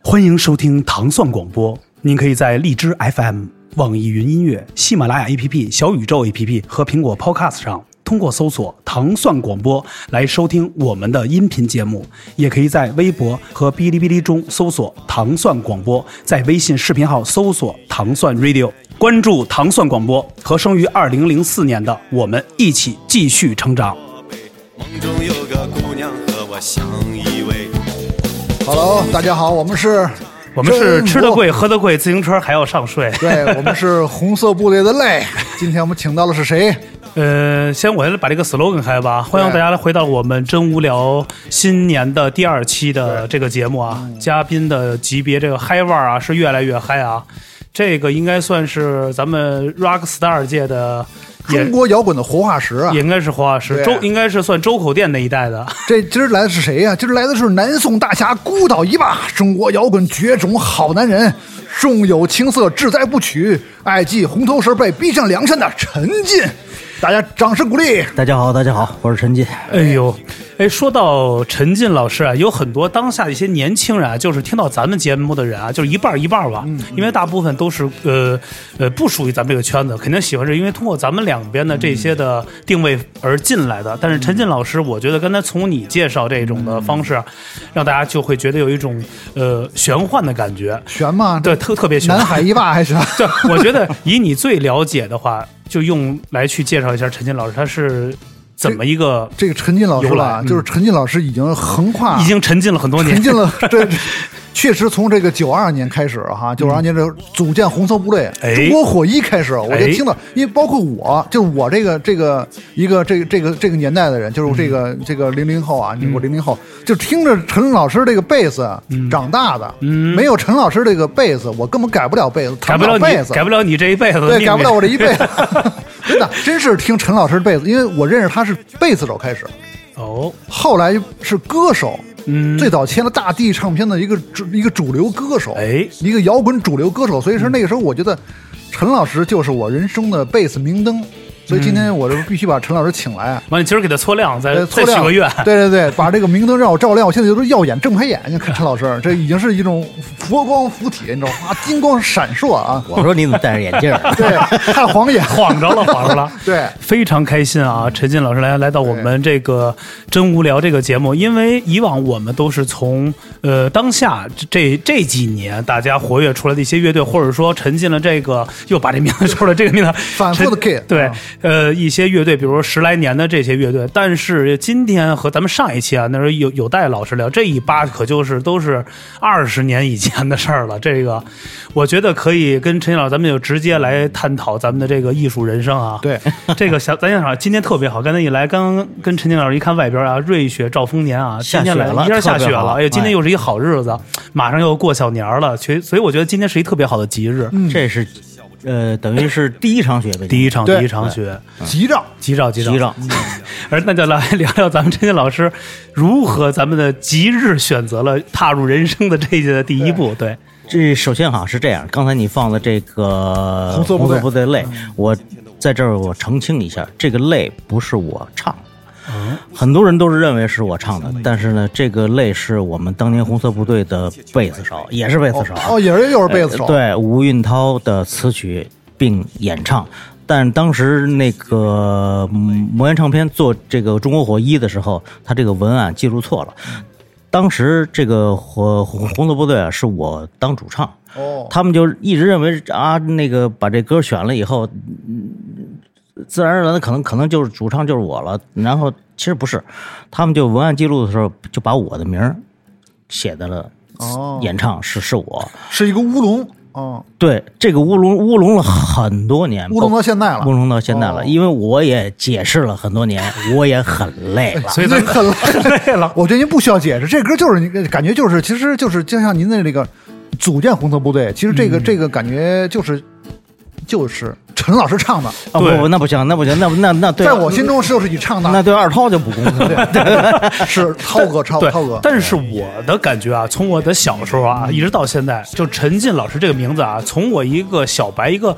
欢迎收听糖蒜广播，您可以在荔枝 FM、网易云音乐、喜马拉雅 APP、小宇宙 APP 和苹果 Podcast 上通过搜索糖蒜广播来收听我们的音频节目，也可以在微博和哔哩哔哩中搜索糖蒜广播，在微信视频号搜索糖蒜 Radio， 关注糖蒜广播，和生于2004年的我们一起继续成长。 梦中有个姑娘和我相依偎。 Hello， 大家好，我们是吃得贵喝得贵，自行车还要上税。 对，我们是红色部队的泪。今天我们请到的是谁？ 先我来把这个 slogan 开吧。欢迎大家来回到我们真无聊新年的第2期的这个节目啊，嘉宾的级别这个嗨味儿啊是越来越嗨啊。这个应该算是咱们 rock star 界的中国摇滚的活化石啊， 也应该是活化石，应该是算周口店那一代的。 这今儿来的是谁呀？今儿来的是南宋大侠孤岛一霸，中国摇滚绝种好男人，纵有青涩志在不取，爱系红头绳被逼上梁山的陈进。大家掌声鼓励。 大家好，大家好，我是陈进。 说到陈进老师啊，有很多当下的一些年轻人啊，就是听到咱们节目的人啊，就是一半一半吧，因为大部分都是不属于咱们这个圈子，肯定喜欢这，因为通过咱们两边的这些的定位而进来的。但是陈进老师，我觉得刚才从你介绍这种的方式，让大家就会觉得有一种玄幻的感觉。 玄吗？ 对，特别玄。 南海一霸还玄。 对，我觉得以你最了解的话，就用来去介绍一下陈进老师，他是怎么一个这个陈进老师吧，就是陈进老师已经横跨， 已经沉浸了很多年， 沉浸了这确实从这个92年开始哈，92年这组建红色部队，中国火一开始，我就听到，因为包括我，就是我这个年代的人，就是这个00后啊，我00后，就听着陈老师这个贝斯长大的，没有陈老师这个贝斯，我根本改不了贝斯， 改不了你这一辈子， 对，改不了我这一辈子，真的，真是听陈老师的贝斯，因为我认识他是贝斯手开始，后来是歌手。最早签了大地唱片的一个主流歌手，一个摇滚主流歌手，所以说那个时候我觉得陈老师就是我人生的贝斯明灯，所以今天我就必须把陈老师请来， 完了今儿给他搓亮，再许个愿， 对，把这个明灯让我照亮，我现在就是耀眼正牌眼睛看陈老师，这已经是一种佛光附体，你知道吗？金光闪烁啊！ 我说你怎么戴着眼镜？ 对，看晃眼， 晃着了， 对， 非常开心啊！陈进老师来到我们这个真无聊这个节目，因为以往我们都是从当下这几年大家活跃出来的一些乐队，或者说陈进了这个又把这名字说了，这个名字反复的 K， 对。一些乐队，比如说10来年的这些乐队，但是今天和咱们上一期啊，那时候有戴老师聊这一扒，可就是都是20年以前的事儿了。这个，我觉得可以跟陈进老师，咱们就直接来探讨咱们的这个艺术人生啊。 对， 这个咱想今天特别好，刚才一来，刚跟陈进老师一看外边啊，瑞雪兆丰年啊，今天来一下下雪了，哎呀，今天又是一个好日子，马上又过小年了，所以我觉得今天是一特别好的吉日。 这是。等于是第一场雪呗， 第一场雪， 吉兆。 而那就来聊聊咱们陈进老师如何咱们的吉日选择了踏入人生的这一届的第一步。对， 这首先哈是这样，刚才你放的这个红色部队泪，我在这儿我澄清一下，这个泪不是我唱。很多人都是认为是我唱的，但是呢，这个泪是我们当年红色部队的贝斯手，也是贝斯手， 又是贝斯手， 对，吴运涛的词曲并演唱。但当时那个魔岩唱片做这个中国火一的时候，他这个文案记录错了。当时这个红色部队啊，是我当主唱，他们就一直认为啊，那个把这歌选了以后。自然而然的可能就是主唱就是我了，然后其实不是，他们就文案记录的时候就把我的名写在了演唱是我， 是一个乌龙对，这个乌龙了很多年， 乌龙到现在了， 因为我也解释了很多年，我也很累了， 所以很累了。我觉得您不需要解释，这歌就是你感觉就是其实就是就像您的那个组建红色部队，其实这个感觉就是陈老师唱的不，那不行，那对， 在我心中就是你唱的， 那对二涛就不公平， 对，是涛哥。 但是我的感觉啊，从我的小时候啊，一直到现在，就陈进老师这个名字啊，从我一个小白一个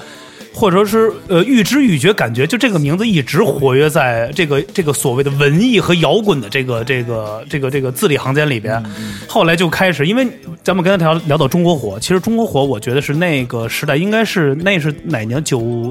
或者是欲知欲觉，感觉就这个名字一直活跃在这个所谓的文艺和摇滚的这个字里行间里边。后来就开始，因为咱们刚才聊到中国火，其实中国火我觉得是那个时代应该是那是哪年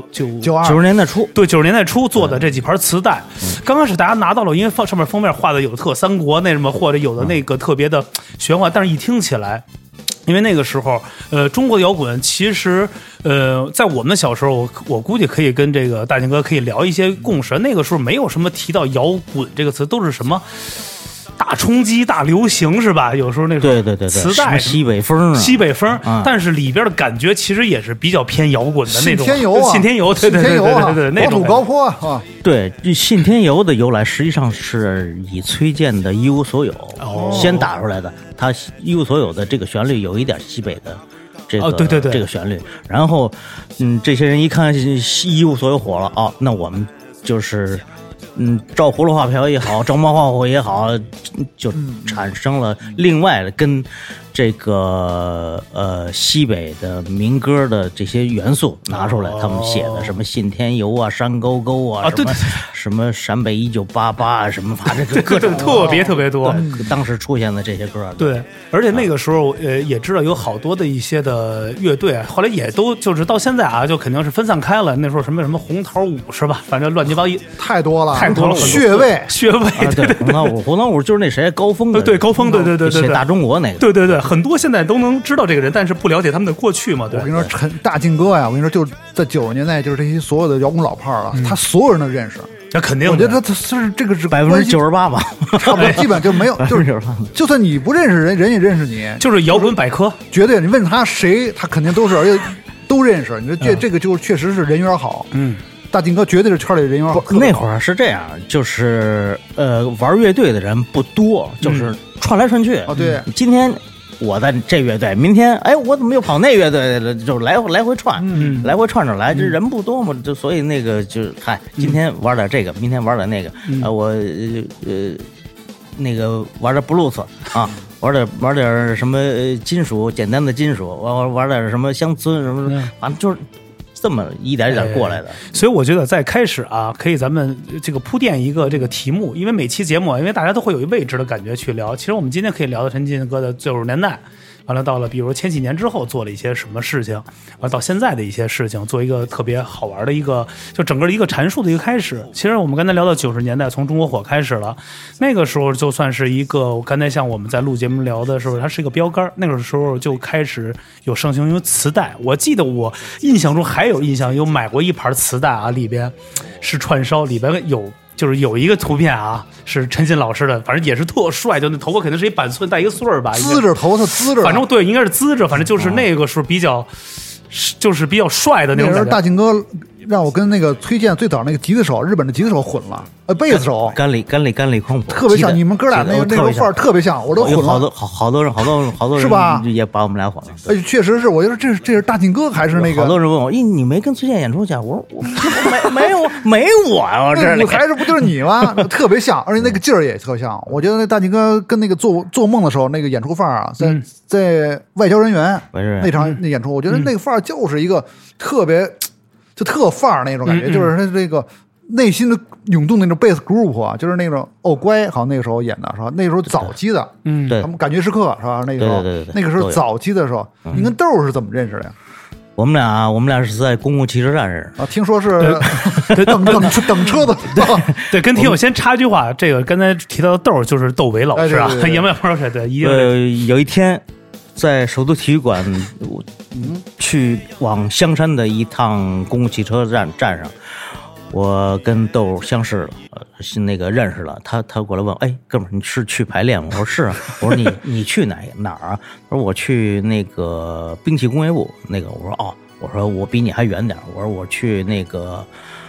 90年代初， 对，90年代初做的这几盘磁带。刚开始大家拿到了，因为上面封面画的有特三国那什么，或者有的那个特别的玄幻，但是一听起来。因为那个时候，中国的摇滚其实，在我们小时候，我估计可以跟这个大靖哥可以聊一些共识。那个时候没有什么提到摇滚这个词，都是什么大冲击、大流行是吧？有时候那种对， 磁带西北风， 但是里边的感觉其实也是比较偏摇滚的那种。 信天游啊， 信天游，对， 国土高坡啊。 对，信天游的由来实际上是以崔健的《一无所有》先打出来的。他《一无所有》的这个旋律有一点西北的这个对这个旋律。然后，这些人一看《一无所有》火了啊，那我们就是照葫芦画瓢也好，照猫画虎也好，就产生了另外的跟这个西北的民歌的这些元素拿出来，他们写的什么信天游啊、山沟沟啊，什么陕北1988啊，什么反正各种特别多。 当时出现的这些歌， 对，而且那个时候也知道有好多的一些的乐队，后来也都就是到现在啊，就肯定是分散开了。那时候什么红桃五是吧？反正乱七八糟太多了， 穴位， 对，红桃五就是那谁高峰的， 对高峰，对， 写大中国那个， 对，很多现在都能知道这个人，但是不了解他们的过去嘛。对， 我跟你说，大靖哥呀，我跟你说，就是在90年代，就是这些所有的摇滚老炮儿啊，他所有人都认识。 那肯定， 我觉得他是这个是 98%吧， 差不多，基本就没有，就是就算你不认识人，人也认识你， 就是摇滚百科， 绝对。你问他谁，他肯定都是，而且都认识。你说这个就确实是人缘好，大靖哥绝对是圈里人缘好。 那会儿是这样，就是玩乐队的人不多，就是串来串去。 对， 今天我在这乐队，明天我怎么又跑那乐队了？就来回串，来回串着来，这人不多嘛，就所以那个就今天玩点这个，明天玩点那个，我那个玩点布鲁斯啊，玩点什么金属，简单的金属，玩点什么乡村什么，反正就是这么一点一点过来的。 所以我觉得在开始啊，可以咱们这个铺垫一个这个题目，因为每期节目，因为大家都会有一未知的感觉去聊。其实我们今天可以聊的陈进哥的90年代。完了，到了比如千禧年之后做了一些什么事情，完了到现在的一些事情，做一个特别好玩的一个，就整个的一个阐述的一个开始。其实我们刚才聊到90年代，从中国火开始了，那个时候就算是一个，我刚才像我们在录节目聊的时候，它是一个标杆。那个时候就开始有盛行于磁带。我记得我印象中还有有买过一盘磁带啊，里边是串烧，里边就是有一个图片啊，是陈进老师的，反正也是特帅，就那头发肯定是一板寸带一个穗儿吧， 滋着头，他滋着， 反正对，应该是滋着，反正就是那个时候比较，就是比较帅的那种感觉。 大靖哥让我跟那个崔健最早那个吉他手，日本的吉他手混了，贝斯手甘里匡普， 特别像你们哥俩那个范儿，特别像，我都混了。 好多人是吧？ 也把我们俩混了。 确实是，我觉得这是大靖哥还是那个？ 好多人问我，你没跟崔健演出去？我说没我呀，这还是不就是你吗？特别像，而且那个劲儿也特像。我觉得那大靖哥跟那个做梦的时候那个演出范儿啊，在外交人员那场那演出，我觉得那个范儿就是一个特别。就特范儿那种感觉，就是他这个内心的涌动那种贝斯 group 啊，就是那种乖，好像那个时候演的是吧？那个时候早期的， 对， 他们感觉时刻是吧？那个时候，那个时候早期的时候，你跟豆儿是怎么认识的呀？ 我们俩是在公共汽车站认识啊，听说是等车的。 对，跟听友先插一句话，这个刚才提到的豆儿就是窦唯老师啊，也没有说对，一定有一天。在首都体育馆，去往香山的一趟公共汽车站上，我跟豆相识了，那个认识了。他过来问，哥们儿，你是去排练吗？我说是啊。我说你去哪儿啊？他说我去那个兵器工业部那个。我说哦，我说我比你还远点。我说我去那个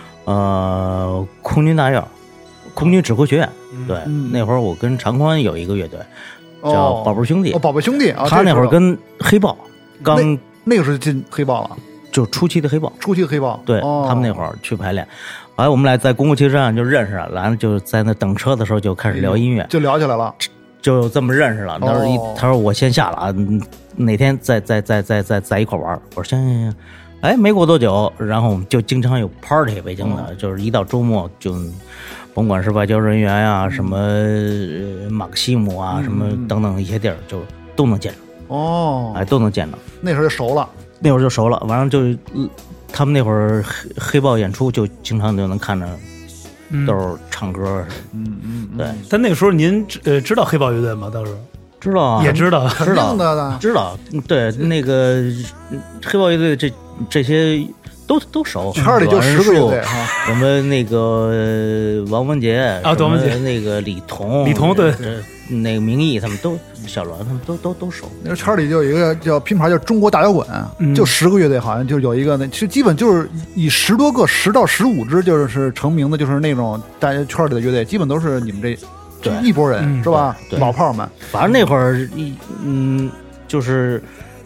空军大院，空军指挥学院。对，那会儿我跟常宽有一个乐队。叫宝贝兄弟， 宝贝兄弟啊！ 他那会儿跟黑豹刚那个时候进黑豹了， 就初期的黑豹， 对， 他们那会儿去排练，后来我们俩在公共汽车站就认识了，然后就在那等车的时候就开始聊音乐， 就聊起来了， 就这么认识了。他说我先下了啊，哪天再一块玩。我说行， 哎，没过多久，然后我们就经常有 party， 北京的，就是一到周末就，甭管是外交人员啊，什么马克西姆啊，什么等等一些地儿，就都能见着。 哦， 哎，都能见着。 那时候就熟了， 那会儿就熟了，完了就，他们那会儿黑豹演出就经常就能看着，都是唱歌。对。 但那个时候您知道黑豹乐队吗？当时知道啊， 也知道， 肯定的， 知道。对，那个黑豹乐队这些都熟， 圈里就10个乐队哈。 我们那个王文杰啊，王文杰， 那个李彤对， 那个明义他们都小栾他们都熟。 那圈里就有一个叫拼盘，叫中国大摇滚，就10个乐队，好像就有一个其实基本就是以10多个10到15支就是成名的，就是那种大家圈里的乐队，基本都是你们这一拨人是吧？老炮们。 反正那会儿就是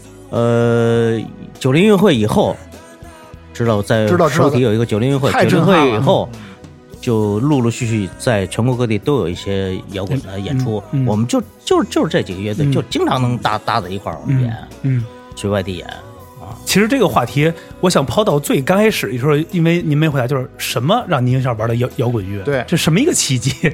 90音乐会以后，知道首体有一个90音乐会，90音乐会以后就陆陆续续在全国各地都有一些摇滚的演出，我们就是这几个乐队就经常能搭在一块儿演，去外地演啊。 其实这个话题我想抛到最刚开始的时候，因为您没回答，就是什么让您想玩的摇滚乐？ 对， 这什么一个契机？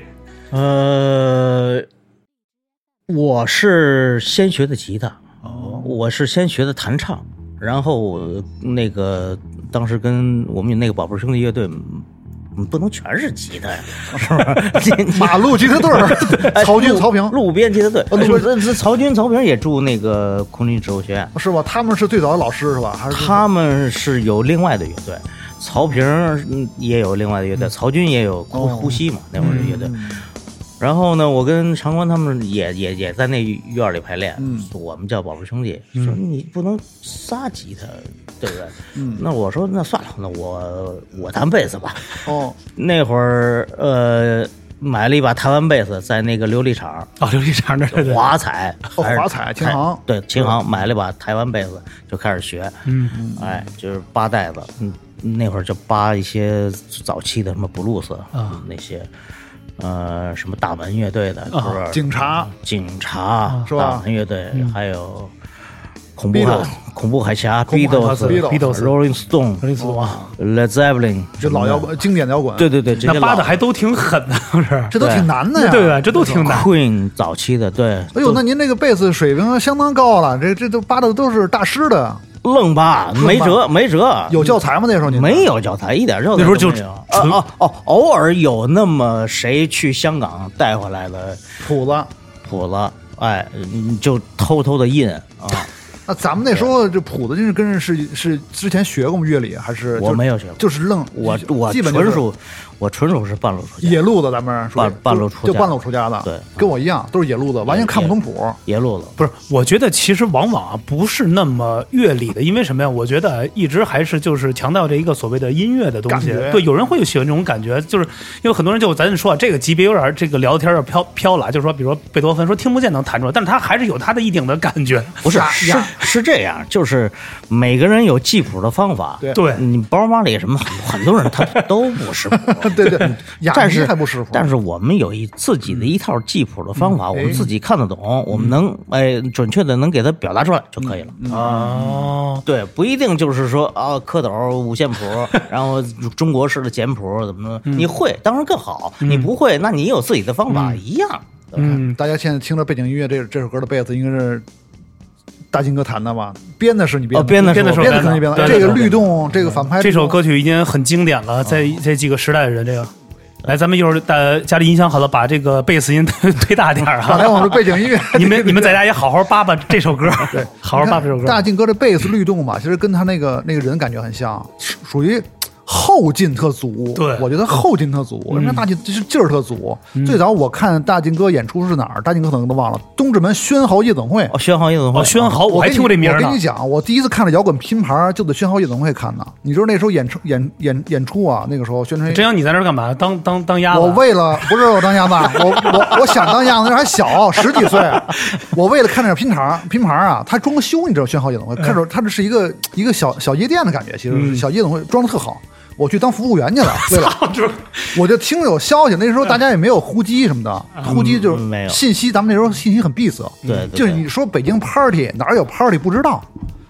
我是先学的吉他，我是先学的弹唱，然后那个当时跟我们那个宝贝兄弟乐队，不能全是吉他呀，是吧？ 马路吉他队，曹军、曹平， 路边吉他队。曹军、曹平也住那个空军指挥学院， 是吧？他们是最早的老师是吧？还是他们是有另外的乐队，曹平也有另外的乐队，曹军也有呼吸嘛，那会儿的乐队。然后呢，我跟长官他们也在那院里排练，我们叫宝贝兄弟，说你不能仨吉他，对不对？那我说那算了，那我弹贝斯吧。那会儿买了一把台湾贝斯，在那个琉璃厂琉璃厂那华彩， 华彩琴行， 对，琴行买了一把台湾贝斯就开始学，哎，就是扒带子，那会儿就扒一些早期的什么布鲁斯那些。什么大门乐队的，是不是？ 警察是吧？大门乐队，还有恐怖海峡 ，Beatles，Rolling Stone，Led Zeppelin， 这老摇滚，经典的摇滚。 对， 那扒的还都挺狠的，不是？ 这都挺难的呀。 对，这都挺难。 Queen 早期的，对。 哎呦，那您这个贝斯水平相当高了，这都扒的都是大师的。 愣扒，没辙。 有教材吗？那时候你没有教材，一点教材都没有。那时候就偶尔有那么谁去香港带回来的谱子，哎，就偷偷的印啊。 那咱们那时候这谱子就是跟人是之前学过吗？乐理还是我没有学过， 就是愣我基本我纯属是半路出家， 野路子，咱们半路出家， 就半路出家的， 对， 跟我一样都是野路子，完全看不懂谱。 野路子不是，我觉得其实往往不是那么乐理的，因为什么呀？我觉得一直还是就是强调这一个所谓的音乐的东西。对，有人会喜欢这种感觉，就是因为很多人就咱说这个级别有点这个聊天有点飘了，就是说，比如说贝多芬说听不见能弹出来，但是他还是有他的一定的感觉。 不是，是这样，就是每个人有记谱的方法。 对， 你包马里什么很多人他都不识谱。 对。但是我们有自己的一套记谱的方法，我们自己看得懂，我们能准确的能给它表达出来就可以了。对，不一定就是说蝌蚪五线谱，然后中国式的简谱怎么你会当然更好，你不会那你有自己的方法一样。 大家现在听着背景音乐这首歌的贝斯应该是大金哥弹的吧？编的是你编的， 编的肯定编的。这个律动，这个反拍， 这首歌曲已经很经典了，在这几个时代的人，这个来，咱们一会儿家里音响好了，把这个贝斯音推大点啊！ 来，我们背景音乐， 你们在家也好好扒扒这首歌，对，好好扒这首歌。 大金哥的贝斯律动吧，其实跟他那个人感觉很像，属于后劲特足。 对， 我觉得后劲特足，人家大劲就是劲儿特足。最早我看大金哥演出是哪儿？大金哥可能都忘了，东直门宣豪夜总会。 宣豪夜总会， 宣豪，我还听过这名呢。 我跟你讲，我第一次看了摇滚拼盘就在宣豪夜总会看的。你知道那时候演出啊，那个时候宣传。 真阳，你在那儿干嘛？当鸭子？ 我为了不是我当鸭子，我想当鸭子，那时候还小，10几岁。我为了看这拼盘啊，他装修，你知道宣豪夜总会，看着它这是一个小夜店的感觉，其实小夜总会装的特好。我去当服务员去了，为了我就听有消息，那时候大家也没有呼机什么的，呼机就是信息，咱们那时候信息很闭塞， 对， 就是你说北京 party 哪有 party 不知道，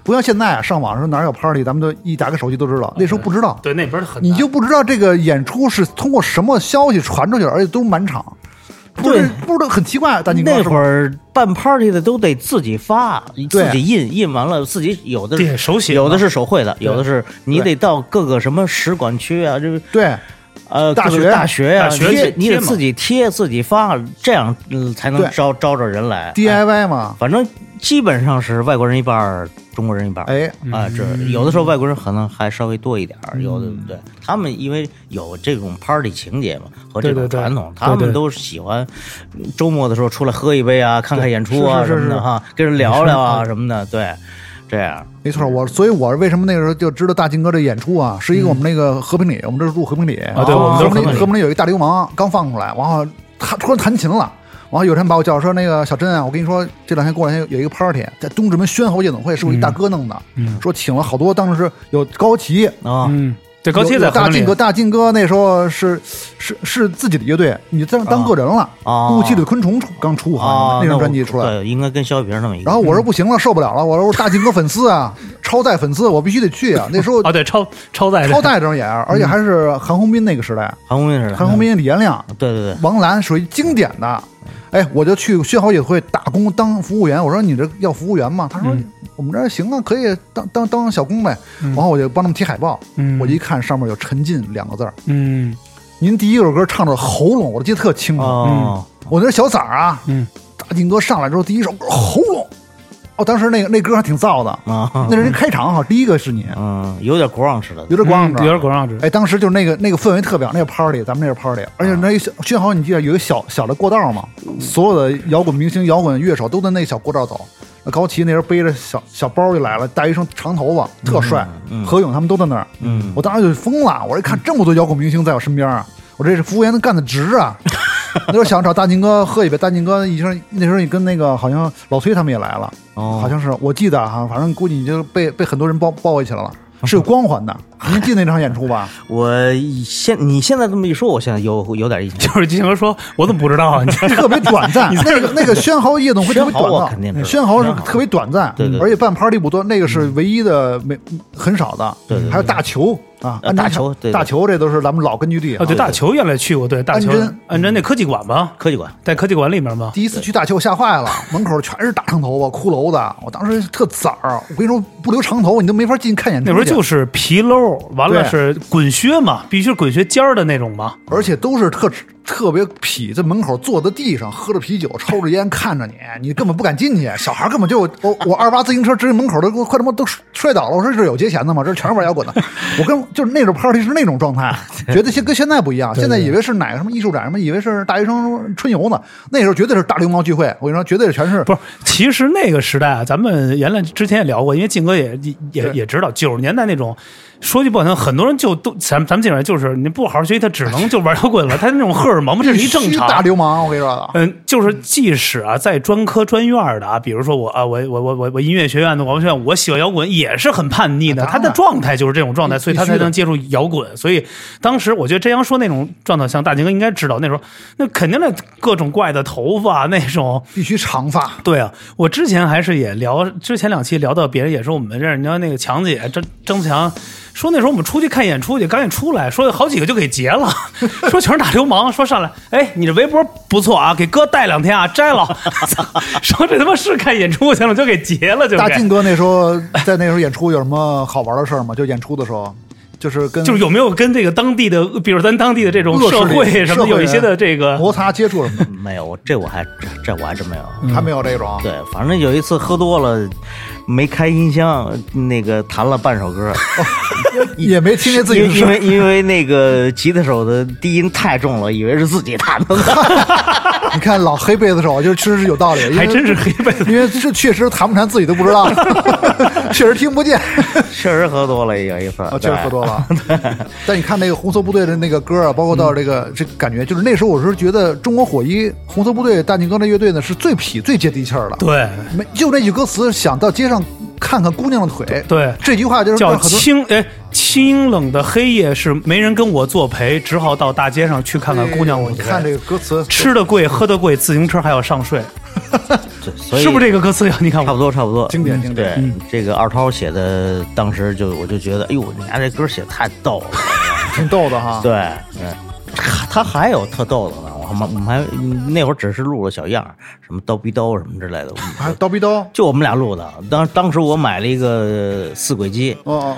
不像现在上网上哪有 party， 咱们都一打开手机都知道。那时候不知道， 对那边很你就不知道这个演出是通过什么消息传出去的，而且都满场。不知道很奇怪，大金哥那会儿办 party 的都得自己发，自己印完了，自己有的对手写， 有的是手绘的，有的是你得到各个什么使馆区啊，这个对。大学呀，你得自己贴自己发，这样才能招着人来 DIY 嘛。 反正基本上是外国人一半，中国人一半。这有的时候外国人可能还稍微多一点，有的对他们因为有这种 party 情节嘛和这种传统，他们都喜欢周末的时候出来喝一杯啊，看看演出啊什么的哈，跟人聊聊啊什么的，对。这样没错，所以我为什么那个时候就知道大金哥这演出啊，是一个我们那个和平里，我们这是住和平里啊，对，我们和平里有一个大流氓刚放出来，然后他突然弹琴了，然后有人把我叫说那个小珍啊，我跟你说这两天过两天有一个 party 在东直门宣豪夜总会，是我一大哥弄的，说请了好多，当时有高旗啊。 对，高旗在大劲哥那时候是自己的乐队，你当个人了。雾气里的昆虫刚出那张专辑出来， 对，应该跟小雨瓶那么一个。 然后我说不行了，受不了了，我说大劲哥粉丝啊，超载粉丝，我必须得去啊。那时候对，超载这种演，而且还是韩红斌那个时代，韩红斌、李延亮， 对， 王澜属于经典的。哎，我就去宣豪夜总会打工当服务员，我说你这要服务员吗？他说我们这行啊，可以当小工呗。然后我就帮他们贴海报，我一看上面有沉浸2个字儿。您第一首歌唱的喉咙，我记得特清楚。我那小崽儿啊，大劲哥上来之后第一首歌喉咙。当时那歌还挺燥的那是人开场好，第一个是你， 有点国让似的， 有点国让制。 哎，当时就是那个氛围特别好，那个 party， 咱们那个 party， 而且那宣豪，你记得有一个小的过道嘛，所有的摇滚明星、摇滚乐手都在那小过道走。高旗那时候背着小包就来了，戴一身长头发，特帅。何勇他们都在那儿，我当时就疯了，我一看这么多摇滚明星在我身边啊，我这是服务员能干得直啊。那时候想找大劲哥喝一杯，大劲哥那时候你跟那个好像老崔他们也来了，好像是我记得哈，反正估计你就被很多人包围起来了，是有光环的。您记得那场演出吧？ 你现在这么一说，我现在有点印象。 就是金哥说，我怎么不知道啊？ 特别短暂，那个宣豪夜总会特别短暂，宣豪是特别短暂，而且办 party 不多，那个是唯一的，很少的。 对， 还有大球。大球这都是咱们老根据地。 对，大球原来去过，对，大球安贞那科技馆吧，在科技馆里面吧。 第一次去大球吓坏了，门口全是大长头发骷髅的，我当时特崽儿，我跟你说不留长头你都没法进看演出。 那时候就是皮褛，完了是滚靴嘛，必须是滚靴尖儿的那种嘛， 而且都是特别痞，在门口坐在地上喝着啤酒抽着烟看着你根本不敢进去，小孩根本就我28自行车直接门口都快他妈都摔倒了，我说这有节钱的吗？这全是玩摇滚的。我就是那种 party 是那种状态，觉得跟现在不一样，现在以为是哪个什么艺术展什么，以为是大学生春游呢，那时候绝对是大流氓聚会，我跟你说绝对全是。 不是，其实那个时代啊，咱们原来之前也聊过，因为劲哥也知道90年代那种。说句不好听，很多人就都咱们这边就是你不好好学习，他只能就玩摇滚了。他那种荷尔蒙这是一正常大流氓，我跟你说就是即使啊在专科专院的啊，比如说我音乐学院的广播学院，我喜欢摇滚也是很叛逆的，他的状态就是这种状态，所以他才能接触摇滚。所以当时我觉得这样说那种状态，像大金哥应该知道，那时候那肯定的各种怪的头发那种必须长发。 对啊，我之前还是也聊，之前2期聊到别人也说我们这人家那个强姐张强。说那时候我们出去看演出去，赶紧出来，说好几个就给截了，说全是大流氓，说上来，哎，你这围脖不错啊，给哥戴2天啊，摘了，说这他妈是看演出去了，就给截了，就大劲哥那时候在那时候演出有什么好玩的事吗？就演出的时候。就是有没有跟这个当地的，比如咱当地的这种社会什么有一些的这个摩擦接触什么的？ 没有，这我还真没有， 还没有这种。 对，反正有一次喝多了，没开音箱，那个弹了半首歌， 也没听见自己。 因为那个吉他手的低音太重了，以为是自己弹的。 你看老黑贝斯手就确实是有道理， 还真是黑贝斯， 因为这确实弹不弹自己都不知道，确实听不见， 确实喝多了有一次， 确实喝多了。但你看那个红色部队的那个歌啊，包括到这感觉，就是那时候我是觉得中国火一红色部队大劲哥那乐队呢是最痞最接地气儿的。 对， 就那句歌词，想到街上看看姑娘的腿。 对， 这句话就是叫清冷的黑夜是没人跟我作陪，只好到大街上去看看姑娘的腿。 你看这个歌词， 吃的贵喝的贵，自行车还要上税。 对，所以是不是这个歌词呀？你看差不多， 经典经典。 对，这个二涛写的，当时我就觉得，哎呦，你家这歌写的太逗了， 挺逗的哈。 对，他还有特逗的呢。我们还那会儿只是录了小样，什么刀逼刀什么之类的， 还刀逼刀， 就我们俩录的。当时我买了一个4轨机，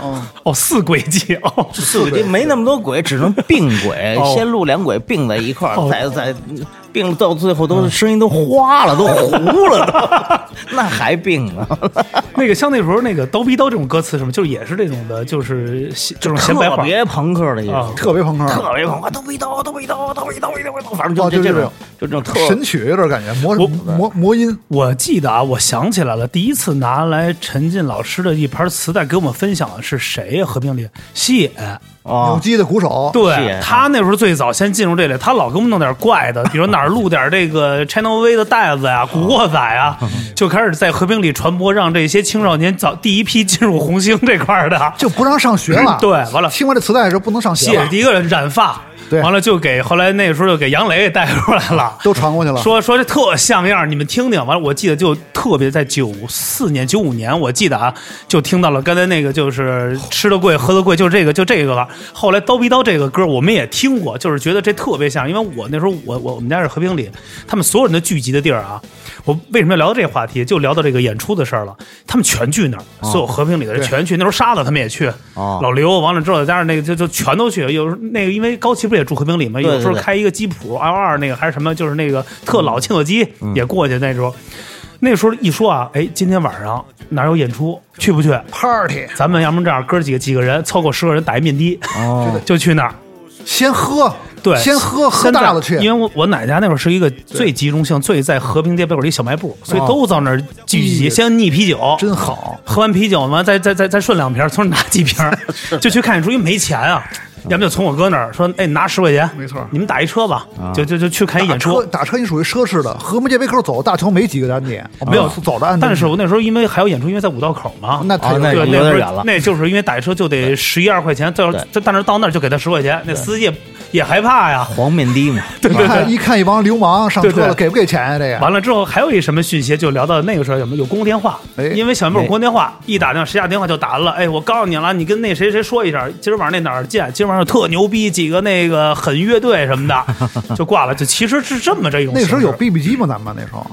4轨机哦 ，4轨机没那么多轨，只能并轨，先录2轨并在一块儿，再并到最后都声音都花了，都糊了都，那还并呢？ 那个像那时候那个刀逼刀这种歌词什么，就也是这种的，就是这种闲白话， 特别朋克的一种， 特别朋克， 刀逼刀，反正就这种特神曲有点感觉，魔音。 我记得啊，我想起来了，第一次拿来陈进老师的一盘磁带给我们分享的是谁呀？和平里西野。 扭机的鼓手， 对，他那时候最早先进入这类，他老给我们弄点怪的，比如哪儿录点这个 Channel V 的带子呀、古惑仔啊，就开始在和平里传播，让这些青少年第一批进入红星这块的， 就不让上学了。 对，完了听完这磁带的时候不能上学了。 第一个染发。 对， 完了就后来那个时候就给杨磊给带出来了， 都传过去了。 说这特像样，你们听听。完了，我记得就特别在94年、95年，我记得啊，就听到了刚才那个就是吃的贵、喝的贵，就这个。后来刀逼刀这个歌我们也听过，就是觉得这特别像，因为我那时候我们家是和平里，他们所有人的聚集的地儿啊。我为什么要聊到这个话题？就聊到这个演出的事儿了。他们全去那儿，所有和平里的人全去。那时候沙子他们也去，老刘完了之后，再加上那个就全都去。有时候那个因为高旗不是也住和平里吗？有时候开一个吉普 L2那个还是什么，就是那个特老轻轨机也过去。那时候一说啊，哎，今天晚上哪有演出？去不去 ？Party， 咱们要不这样，哥几个人凑够10个人打一面的，就去那儿。 先喝， 对， 先喝大了去。 因为我奶家那会儿是一个最集中性、最在和平街边口的一小卖部，所以都到那儿聚集，先腻啤酒， 真好。 喝完啤酒完，再顺2瓶，从那拿几瓶，就去看演出，因为没钱啊。要么就从我哥那儿说，哎，拿10块钱， 没错， 你们打一车吧，就去看一演出。 打车你属于奢侈的，和平街北口走，大桥没几个站点， 没有走的。 但是我那时候因为还有演出，因为在五道口嘛， 那太有点远了。 那就是因为打一车就得11、12块钱，但是到那儿就给他10块钱，那司机也害怕呀， 黄面的嘛。 对， 一看一帮流氓上车了，给不给钱呀？这个完了之后还有一什么讯息，就聊到那个时候有没有公共电话？因为小卖部有公共电话，一打电话谁打电话就打了。哎，我告诉你了，你跟那谁说一声，今儿晚上那哪儿见？今儿晚上特牛逼，几个那个狠乐队什么的，就挂了。就其实是这么这种。 那时候有 BB 机吗？咱们那时候。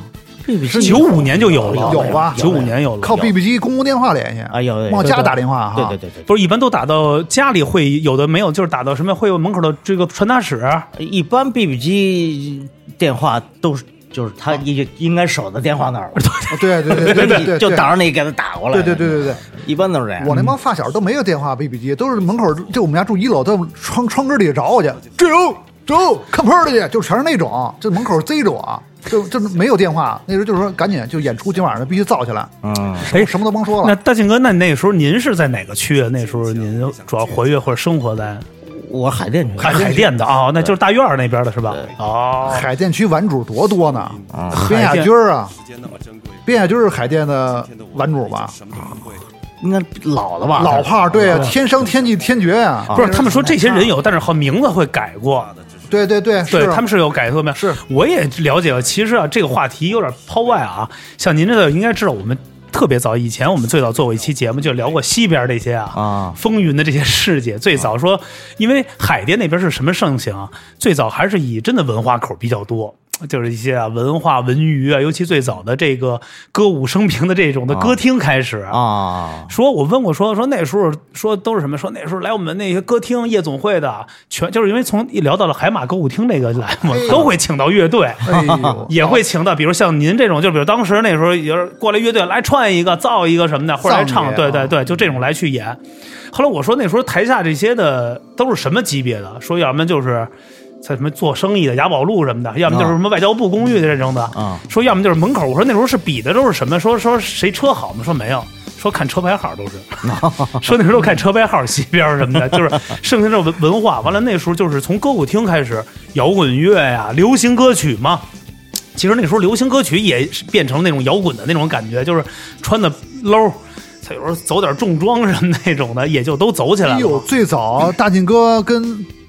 95年就有了， 有吧 ？95年有了， 靠 BB 机公共电话联系啊，有往家打电话哈。对， 不是一般都打到家里，会有的没有，就是打到什么会有门口的这个传达室。 一般 BB 机电话都是。就是他应该守在电话那儿了， 对， 就等着你给他打过来。 对， 一般都是这样。 我那帮发小都没有电话 BB 机，都是门口，就我们家住1楼，都窗根底找我去，走看 party 去，就全是那种，就门口贼着我，就没有电话。那时候就是说赶紧就演出，今晚上必须造起来。什么都甭说了。 那大庆哥，那时候您是在哪个区啊？那时候您主要活跃或者生活在？ 我海淀区， 海淀的啊，那就是大院那边的是吧？哦， 海淀区玩主多呢，边亚军啊，边亚军是海淀的玩主吧？ 应该老了吧？ 老炮儿，对啊，天生天际天绝啊！ 不是，他们说这些人有，但是好名字会改过。 对， 他们是有改过没有？ 是， 我也了解了。其实啊，这个话题有点抛外啊，像您这个应该知道我们。特别早以前，我们最早做过一期节目，就聊过西边这些风云的这些事迹。最早说，因为海淀那边是什么盛行啊？最早还是以真的文化口比较多。就是一些文化文娱啊，尤其最早的这个歌舞升平的这种的歌厅开始说我问过说那时候说都是什么？说那时候来我们那些歌厅夜总会的，全就是因为从一聊到了海马歌舞厅这个来嘛，都会请到乐队，也会请到，比如像您这种，就比如当时那时候有人过来乐队来串一个、造一个什么的，或者来唱，对，就这种来去演。后来我说那时候台下这些的都是什么级别的？说要么就是在什么做生意的雅宝路什么的，要么就是什么外交部公寓的这种的，说要么就是门口。我说那时候是比的都是什么？说谁车好吗？说没有，说看车牌号都是，说那时候看车牌号西边什么的，就是剩下这种文化。完了那时候就是从歌舞厅开始，摇滚乐呀、流行歌曲嘛。其实那时候流行歌曲也变成那种摇滚的那种感觉，就是穿的 low。有时候走点重装什么那种的，也就都走起来了。 最早大劲哥跟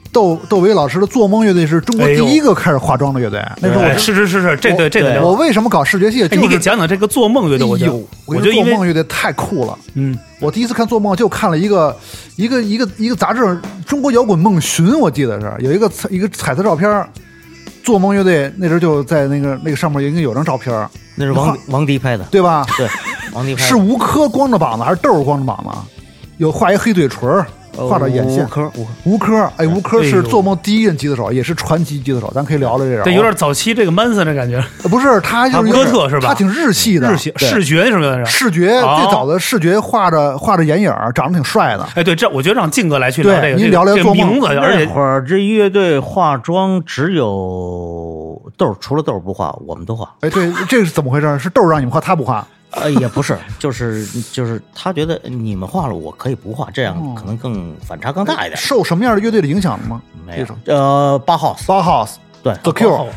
窦唯老师的做梦乐队是中国第一个开始化妆的乐队。那时候是，这对我为什么搞视觉系？ 你给讲讲这个做梦乐队。我觉得做梦乐队太酷了。我第一次看做梦就看了一个杂志《中国摇滚梦寻》，我记得是有一个彩色照片。做梦乐队那时候就在那个上面应该有张照片， 那是王迪拍的， 对吧？ 对，王迪拍的。 是吴科光着膀子还是豆光着膀子？有画一黑嘴唇，画着眼线。吴科，吴科是做梦第一任吉他手，也是传奇吉他手，咱可以聊聊这个。 对，有点早期这个曼森的感觉。 不是，他就是哥特是吧？ 他挺日系的， 视觉什么的。 视觉最早的视觉画着眼影，长得挺帅的。 哎，对，这我觉得让静哥来去聊这个。 您聊聊做梦名字，而且那会儿这乐队化妆只有豆，除了豆不画，我们都画。 哎，对，这是怎么回事？是豆让你们画，他不画？ 也不是，就是他觉得你们画了，我可以不画，这样可能更反差更大一点。 受什么样的乐队的影响吗？ 没有。八 House， 对 ，The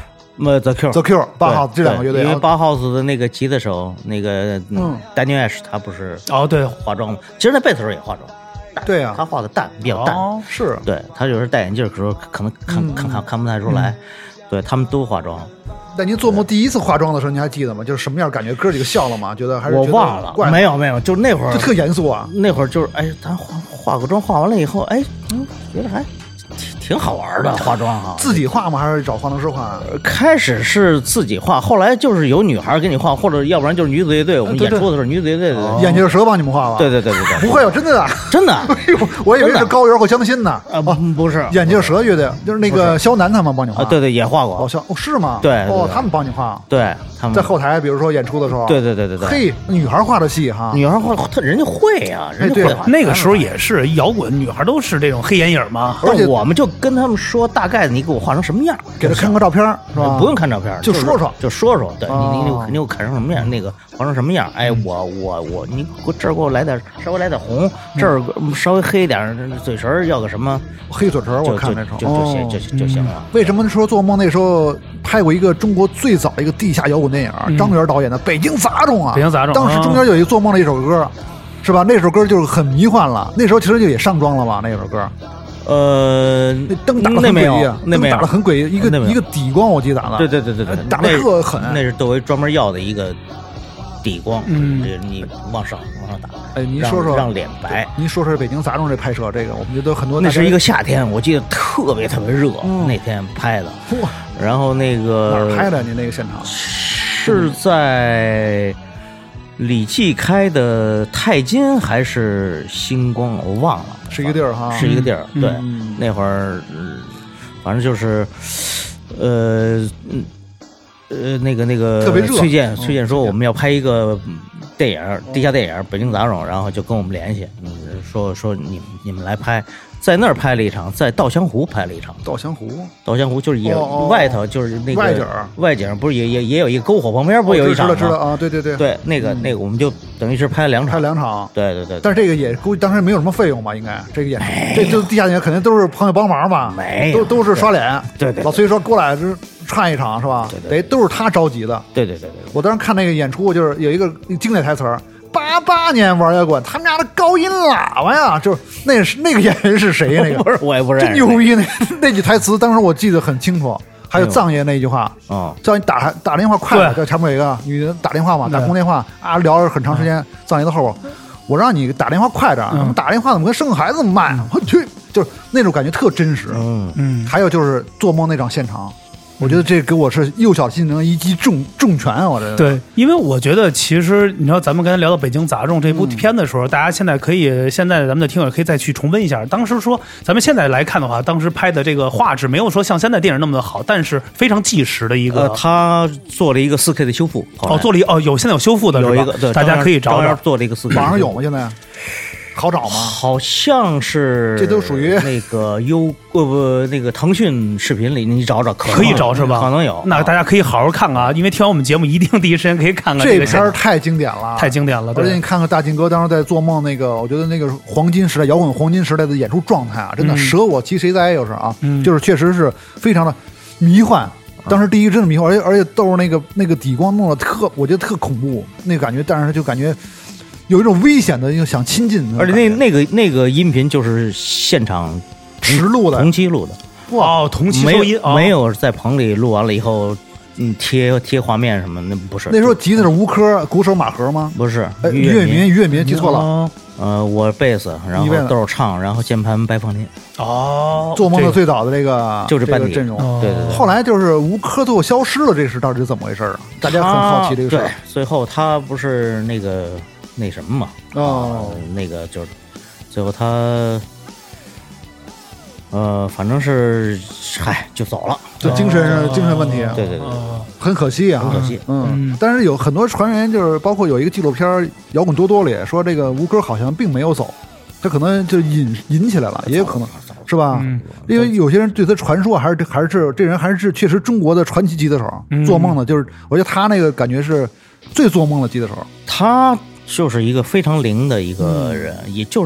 Cure， 八 House 这两个乐队。 因为八 House 的那个吉他手那个Daniel Ash， 他不是对化妆吗？其实那贝斯手也化妆。 对啊， 他画的淡，比较淡。 是。 对，他有时候戴眼镜的时候可能看不太出来。对，他们都化妆。 但您做梦第一次化妆的时候，你还记得吗？就是什么样感觉？哥几个笑了吗？觉得还是我忘了，没有，就那会儿就特严肃啊。 那会儿就是咱化个妆，化完了以后，觉得还挺好玩的化妆哈。 自己画吗？还是找化妆师画？ 开始是自己画，后来就是有女孩给你画，或者要不然就是女子乐队。我们演出的时候，女子乐队的眼镜蛇帮你们画吧？ 对， 不会有真的啊， 真的。 哎呦，我以为是高原或江心呢。 不是， 眼镜蛇乐队就是那个肖楠他们帮你画。 对，也画过。 是吗？ 对， 他们帮你画。 对，他们在后台，比如说演出的时候。 对。 嘿，女孩画的戏哈， 女孩画，人家会啊，人家会。 那个时候也是摇滚，女孩都是这种黑眼影嘛。 而且我们就跟他们说，大概你给我画成什么样， 给他看个照片是吧？ 不用看照片， 就说说。 对，你给我看成什么样，那个画成什么样？哎，我你这儿给我稍微来点红，这儿稍微黑一点，嘴唇要个什么黑嘴唇，我看那就行了。 为什么说做梦那时候拍过一个中国最早的一个地下摇滚电影，张元导演的《北京杂种》啊？ 北京杂种， 当时中间有一个做梦的一首歌，是吧？那首歌就是很迷幻了。那时候其实就也上妆了吧？那首歌。 那灯打得很诡异， 那没有， 打得很诡异，一个底光我记得打的， 对， 打得特狠。 那是窦唯专门要的一个底光，你往上打。 哎，您说说让脸白。 您说说北京杂种这拍摄，这个我们觉得很多。 那是一个夏天，我记得特别热，那天拍的。然后那个哪儿拍的？您那个现场是在李记开的泰金还是星光？我忘了， 是一个地儿哈， 是一个地儿。对，那会儿，反正就是，那个特别热。 崔健说我们要拍一个电影，地下电影《北京杂种》，然后就跟我们联系，说你们来拍。在那儿拍了一场，在稻香湖拍了一场。稻香湖就是也外头就是那个外景，不是也有一个篝火旁边，不是有一场吗？ 知道啊，对， 那个我们就等于是拍了两场。对。 但是这个也估计当时没有什么费用吧？应该这个这就地下演肯定都是朋友帮忙吧？ 没有，都是刷脸。 对。 老崔说过来就串一场是吧？ 对， 都是他召集的。 对。 我当时看那个演出，就是有一个经典台词88年玩摇滚，他们家的高音喇叭呀，就是那个演员是谁呀？那个不是，我也不认识。 真牛逼！那句台词，当时我记得很清楚。还有藏爷那句话，叫你打电话快了，叫前面有一个女人打电话嘛，打公电话啊，聊了很长时间。藏爷的后边，我让你打电话快点，怎么打电话怎么跟生个孩子那么慢？我去，就是那种感觉特真实。还有就是做梦那场现场。我觉得这给我是幼小心灵一击重拳啊！我这对，因为我觉得其实你知道，咱们刚才聊到《北京杂种》这部片的时候，大家现在咱们的听友可以再去重温一下。当时说咱们现在来看的话，当时拍的这个画质没有说像现在电影那么的好，但是非常纪实的一个。 他做了一个4K 的修复。 做了现在有修复的， 有一个， 大家可以找做了一个4K。 网上有吗？现在？好找吗？ 好像是， 这都属于那个那个腾讯视频里你找可以找是吧？ 可能有， 那大家可以好好看啊，因为听完我们节目一定第一时间可以看看这片太经典了， 太经典了。 而且你看看大劲哥当时在做梦那个，我觉得那个黄金时代摇滚黄金时代的演出状态啊，真的舍我其谁哉，又是啊，就是确实是非常的迷幻。当时第一真的迷幻，而且都是那个底光弄得我觉得特恐怖，那个感觉，但是就感觉。有一种危险的，又想亲近， 而且那个音频就是现场实录的， 同期录的， 哦，同期收音没有在棚里录完了以后，贴画面什么，那不是。 那时候吉他是吴科，鼓手马和吗？ 不是， 于跃民记错了。 我贝斯，然后都是唱，然后键盘白放天。 哦， 做梦的最早的这个就是班底阵容。 对。后来就是吴科最后消失了，这是到底是怎么回事啊？大家很好奇这个事儿。 对，最后他不是那什么嘛？那个就是最后他。反正是，就走了， 就精神问题啊， 对， 很可惜啊， 很可惜。 但是有很多传言，就是包括有一个纪录片《摇滚多多》里说，这个吴哥好像并没有走，他可能就引起来了，也有可能是吧？因为有些人对他传说还是这人还是确实中国的传奇吉他手，做梦的，就是我觉得他那个感觉是最做梦的吉他手， 他就是一个非常灵的一个人，也就是。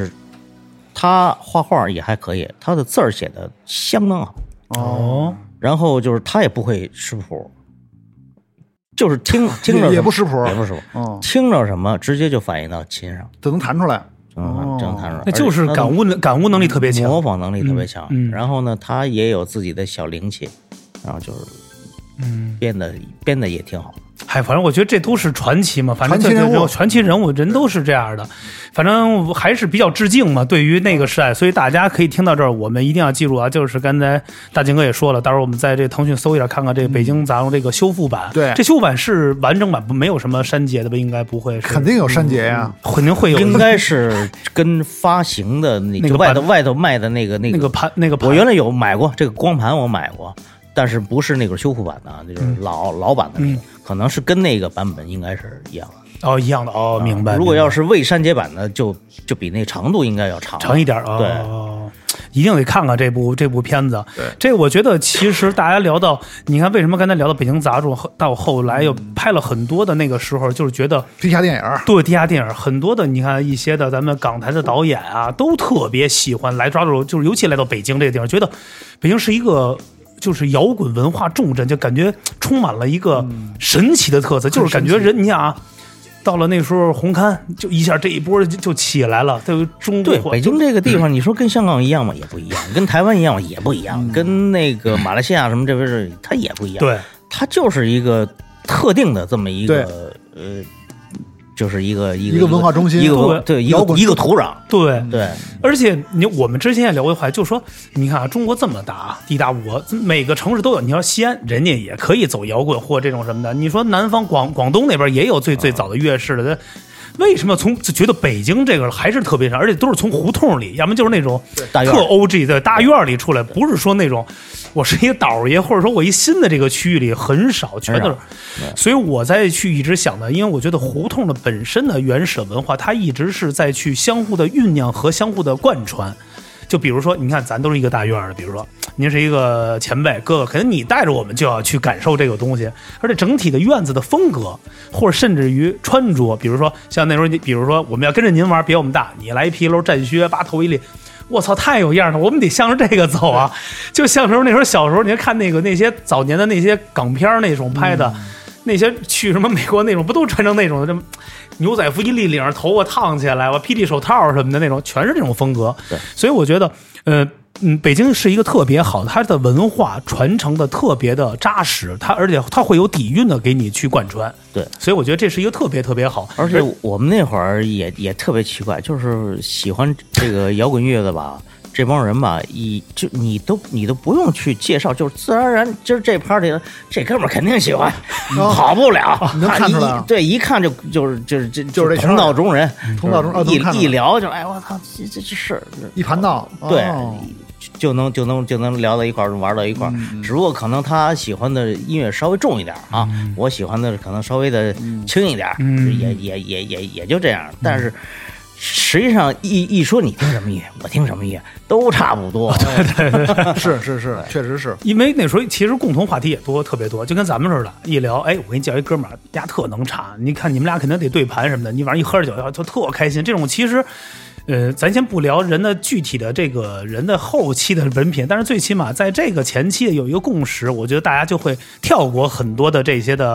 他画画也还可以，他的字儿写的相当好然后就是他也不会识谱，就是听着也不识谱， 听着什么直接就反映到琴上， 就能弹出来， 能弹出来， 那就是感悟能力特别强， 模仿能力特别强。然后呢，他也有自己的小灵气，然后就是编的也挺好。 反正我觉得这都是传奇嘛，反正传奇人物人都是这样的，反正还是比较致敬嘛，对于那个时代，所以大家可以听到这儿，我们一定要记住啊，就是刚才大金哥也说了，到时候我们在这腾讯搜一下，看看这个北京杂种这个修复版， 对， 这修复版是完整版，没有什么删节的吧？应该不会是， 肯定有删节呀， 肯定会有， 应该是跟发行的那个外头卖的那个盘， 我原来有买过这个光盘，我买过。但是不是那个修复版的，就是老版的那个，可能是跟那个版本应该是一样的。 一样的明白。 如果要是未删节版的，就比那长度应该要长一点对， 一定得看看这部片子。 对， 这我觉得其实大家聊到，你看为什么刚才聊到北京杂种，到后来又拍了很多的那个时候，就是觉得地下电影， 对地下电影很多的，你看一些的咱们港台的导演啊，都特别喜欢来抓住，就是尤其来到北京这个地方，觉得北京是一个。就是摇滚文化重镇，就感觉充满了一个神奇的特色，就是感觉人你想啊，到了那时候红磡就一下这一波就起来了，对中国对北京这个地方，你说跟香港一样吗？也不一样，跟台湾一样吗？也不一样，跟那个马来西亚什么这边是它也不一样， 对， 它就是一个特定的这么一个就是一个文化中心， 一个土壤， 对。而且我们之前也聊过话，就说你看啊，中国这么大，地大物博，每个城市都有。你说西安，人家也可以走摇滚或这种什么的。你说南方广东那边也有最早的乐市的。为什么就觉得北京这个还是特别少，而且都是从胡同里，要么就是那种特 OG 的大院里出来，不是说那种我是一个倒爷，或者说我一新的这个区域里很少，全都是。所以我在去一直想的，因为我觉得胡同的本身的原始文化，它一直是在去相互的酝酿和相互的贯穿。就比如说，你看咱都是一个大院的，比如说您是一个前辈哥哥，可能你带着我们就要去感受这个东西，而且整体的院子的风格，或者甚至于穿着，比如说像那时候，比如说我们要跟着您玩，比我们大，你来一皮褛战靴，拔头一粒，我操，太有样了，我们得向着这个走啊！就像那时候小时候，你看那些早年的那些港片那种拍的。那些去什么美国那种，不都穿成那种这牛仔服一立领，头发烫起来，霹雳手套什么的那种，全是这种风格。所以我觉得，北京是一个特别好的，它的文化传承的特别的扎实，而且它会有底蕴的给你去贯穿。 对， 所以我觉得这是一个特别好。 而且我们那会儿也特别奇怪，就是喜欢这个摇滚乐的吧。这帮人吧，你都不用去介绍，就是自然而然，今儿这 party 这哥们儿肯定喜欢，跑不了， 能看出来。 对，一看就是这同道中人，一聊就哎我操，这是一盘道， 对，就能聊到一块儿，玩到一块儿。只不过可能他喜欢的音乐稍微重一点啊，我喜欢的可能稍微的轻一点，也就这样，但是。实际上一说你听什么音乐，我听什么音乐都差不多。 对，是，确实是。 因为那时候其实共同话题也特别多，就跟咱们似的，一聊，哎，我给你叫一哥们儿，丫特能唱，你看你们俩肯定得对盘什么的，你晚上一喝着酒就特开心。这种其实，咱先不聊人的具体的这个人的后期的人品，但是最起码在这个前期有一个共识，我觉得大家就会跳过很多的这些的。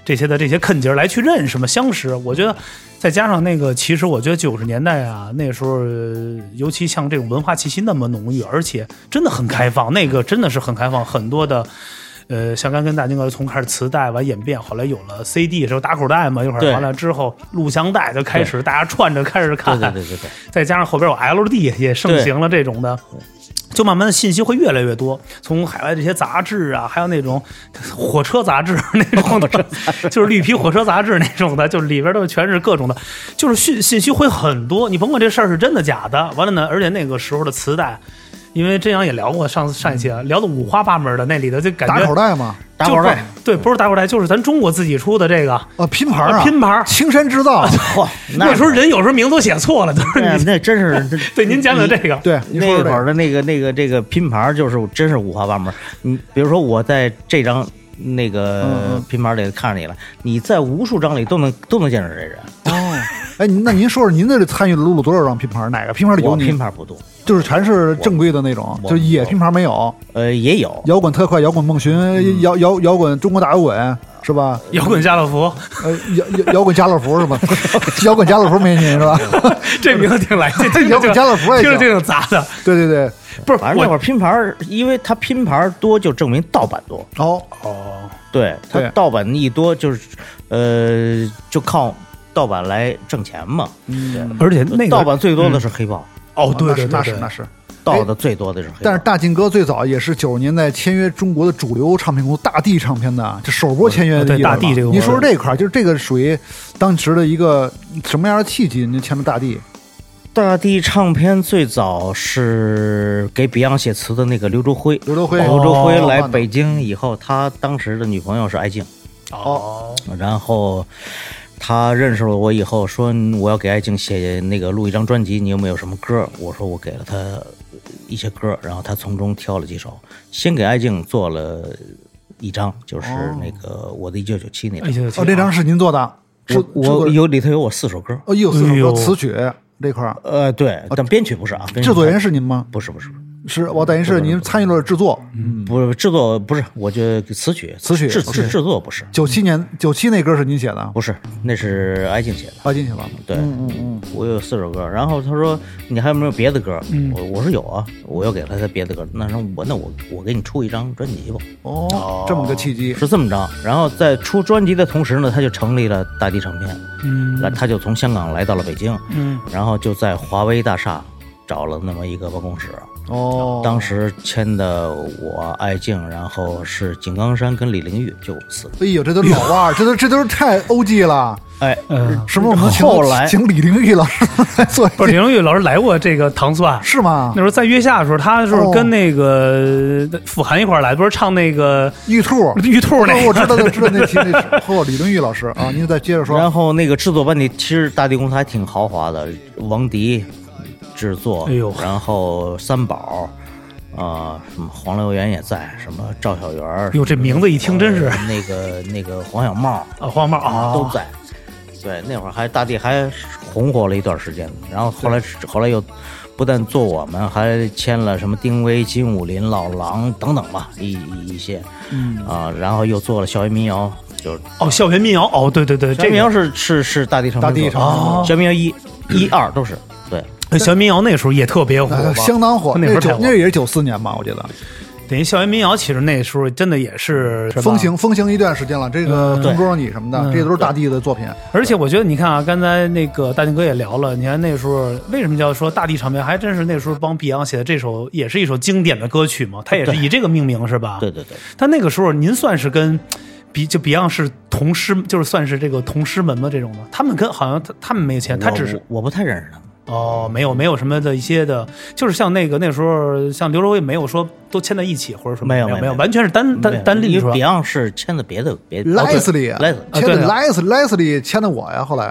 这些坑节来去认识嘛，相识。我觉得再加上那个，其实我觉得90年代啊，那时候尤其像这种文化气息那么浓郁，而且真的很开放，那个真的是很开放，很多的。像刚跟大金哥从开始磁带完演变，后来有了 CD 时候打口袋嘛，一会儿完了之后录像带就开始大家串着开始看， 对， 再加上后边有 LD 也盛行了这种的。就慢慢的信息会越来越多，从海外这些杂志啊，还有那种火车杂志那种的，就是绿皮火车杂志那种的，就是里边都全是各种的，就是信息会很多。你甭管这事儿是真的假的，完了呢，而且那个时候的磁带，因为真阳也聊过上一期聊的五花八门的，那里头就感觉打口袋嘛， 打口袋对，不是打口袋，就是咱中国自己出的这个拼盘啊， 拼盘， 青山制造。 嚯， 那时候人有时候名都写错了，就是那真是对。您讲讲这个， 对， 那会儿的这个拼盘就是真是五花八门。你比如说我在这张那个拼盘里看着你了，你在无数张里都能见着这人。 哦，哎，那您说说您这参与录了多少张拼盘？哪个拼盘里有你？ 拼盘不多， 就是全是正规的那种，就野拼盘没有。 也有摇滚特快、摇滚梦寻、摇滚中国大摇滚是吧？ 摇滚家乐福， 摇滚家乐福是吧？摇滚家乐福没您是吧？ 这名字挺来劲， 摇滚家乐福听着挺杂的。 对， 不是，反正那会儿拼盘，因为它拼盘多，就证明盗版多。 哦， 对，它盗版一多，就是就靠盗版来挣钱嘛。 而且那个盗版最多的是黑豹。 哦，对， 那是。 盗的最多的是黑豹， 但是大靖哥最早也是90年代签约中国的主流唱片公司大地唱片的，就首波签约的。 对大地这个， 你说说这块，就是这个属于当时的一个什么样的契机？您签了大地？ 大地唱片最早是给 Beyond 写词的那个刘卓辉来北京以后，他当时的女朋友是艾静。然后他认识了我以后，说我要给艾静写那个录一张专辑，你有没有什么歌？我说我给了他一些歌，然后他从中挑了几首，先给艾静做了一张，就是那个我的1997那张。 这张是您做的？ 我里头有我4首歌。 4首歌词曲这块。 对，但编曲不是啊。 制作人是您吗？ 不是。 是我等于是您参与了制作， 不制作不是，我就词曲制作不是。 97那歌是您写的？ 不是，那是艾静写的。 艾静写的， 对，我有4首歌，然后他说你还有没有别的歌？我说有啊，我又给了他别的歌，那我给你出一张专辑吧。 哦，这么个契机是这么着，然后在出专辑的同时呢，他就成立了大地唱片，他就从香港来到了北京，然后就在华威大厦找了那么一个办公室。当时签的我艾静，然后是井冈山跟李玲玉，就4个。 哎呦，这都老腕儿，这都是太 OG 了。 哎， 是不是我们后来请李玲玉老师来做？ 不是李玲玉老师来过这个糖蒜是吗？ 那时候在月下的时候，他是跟那个傅涵一块来，不是唱那个玉兔那个？ 我知道那期那后李玲玉老师啊，您再接着说。 然后那个制作班底，其实大地公司还挺豪华的，王迪制作，然后三宝，什么黄流源也在，什么赵小元， 哟，这名字一听真是那个黄小茂啊，黄茂啊都在。对，那会儿大地还红火了一段时间，然后后来又不但做我们，还签了什么丁薇、金武林、老狼等等吧，一些，然后又做了校园民谣，就是校园民谣，对， 校园民谣是大地唱片，校园民谣1、2都是对。 校园民谣那时候也特别火， 相当火。那也是94年吧，我觉得。 等于校园民谣其实那时候真的也是风行一段时间了。这个同桌你什么的，这些都是大地的作品。 而且我觉得你看啊，刚才那个大靖哥也聊了，你看那时候为什么叫说大地唱片，还真是那时候帮 Beyond 写的这首也是一首经典的歌曲嘛，他也是以这个命名是吧？ 对。 他那个时候您算是跟Beyond 是同师，就是算是这个同师门嘛这种的。他们跟好像他们没签，他只是我不太认识他们。 没有什么的一些的，就是像那时候像刘若英没有说都签在一起，或者说没有， 完全是单立。 因为 Beyond 是签的别的 Leslie 签的我呀，后来啊。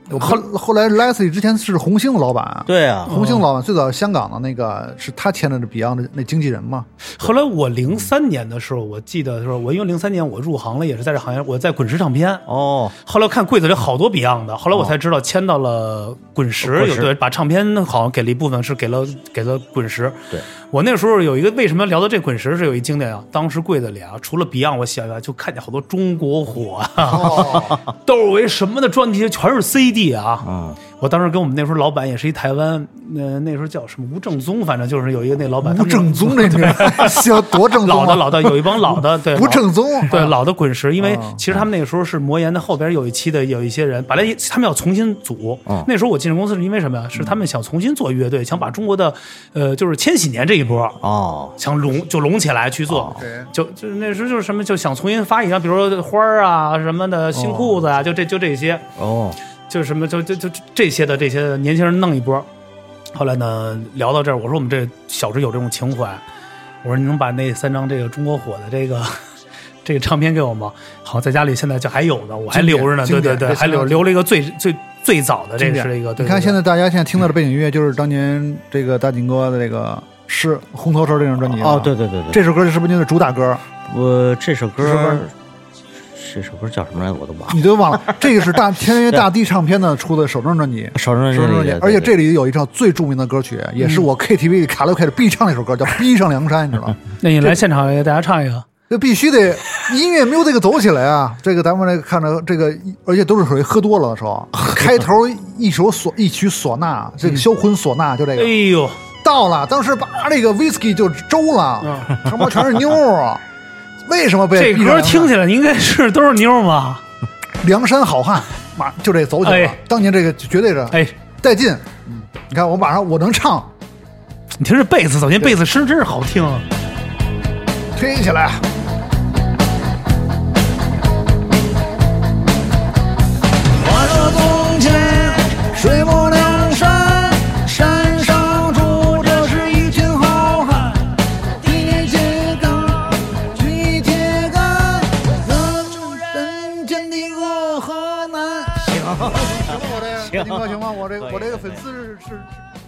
后来 Leslie 之前是红星的老板， 对啊， 红星老板最早香港的那个是他签的 Beyond 的那经纪人嘛。 后来我03年的时候，我记得说，我因为03年我入行了，也是在这行业，我在滚石唱片。 哦， 后来我看柜子里好多 Beyond 的，后来我才知道签到了滚石，有对，把唱片好像给了一部分是给了滚石。 对， 我那时候有一个为什么要聊到这滚石是有一经典啊，当时柜子里啊，除了 Beyond 我想就看见好多中国火啊，窦唯什么的专辑全是 CD 啊。我当时跟我们那时候老板也是一台湾，那时候叫什么吴正宗，反正就是有一个那老板吴正宗这名行多正宗， 老的有一帮老的对吴正宗对老的滚石，因为其实他们那个时候是魔岩的后边有一期的有一些人，本来他们要重新组，那时候我进入公司是因为什么呀？是他们想重新做乐队，想把中国的就是千禧年这一波想拢起来去做，就那时候就是什么就想重新发一张，比如说花儿啊什么的新裤子啊，就这些就是什么就这些的年轻人弄一波。后来呢聊到这儿，我说我们这小时有这种情怀，我说你能把那3张这个中国火的这个唱片给我吗？好，在家里现在就还有呢，我还留着呢。对，还留了一个最早的，这是一个。 你看现在大家现在听到的背景音乐就是当年这个大景哥的这个是红头绳这张专辑。 对， 这首歌是不是就是主打歌？ 这首歌叫什么来着？我都忘了。 你都忘了？这个是天元大地唱片的出的首张专辑，而且这里有一首最著名的歌曲，也是我 KTV 里卡拉 OK 里必唱的一首歌，叫《逼上梁山》，你知道吗？ 那你来现场给大家唱一个。 这必须得音乐没有这个走起来啊！这个咱们这个看着这个，而且都是属于喝多了的时候，开头一曲唢呐，这个销魂唢呐就这个。 哎呦， 到了，当时把这个 whisky 就周了，他妈全是妞啊！为什么被这歌听起来应该是都是妞吗？ 梁山好汉，就这走起来了。当年这个绝对是带劲。你看我马上我能唱， 你听这贝斯，走进贝斯声真是好听， 推起来。 话说从前，水泊梁山，山上住着是一群好汉，提铁杆，举铁杆，人间的恶和难。 行，我这行吗？我这个粉丝是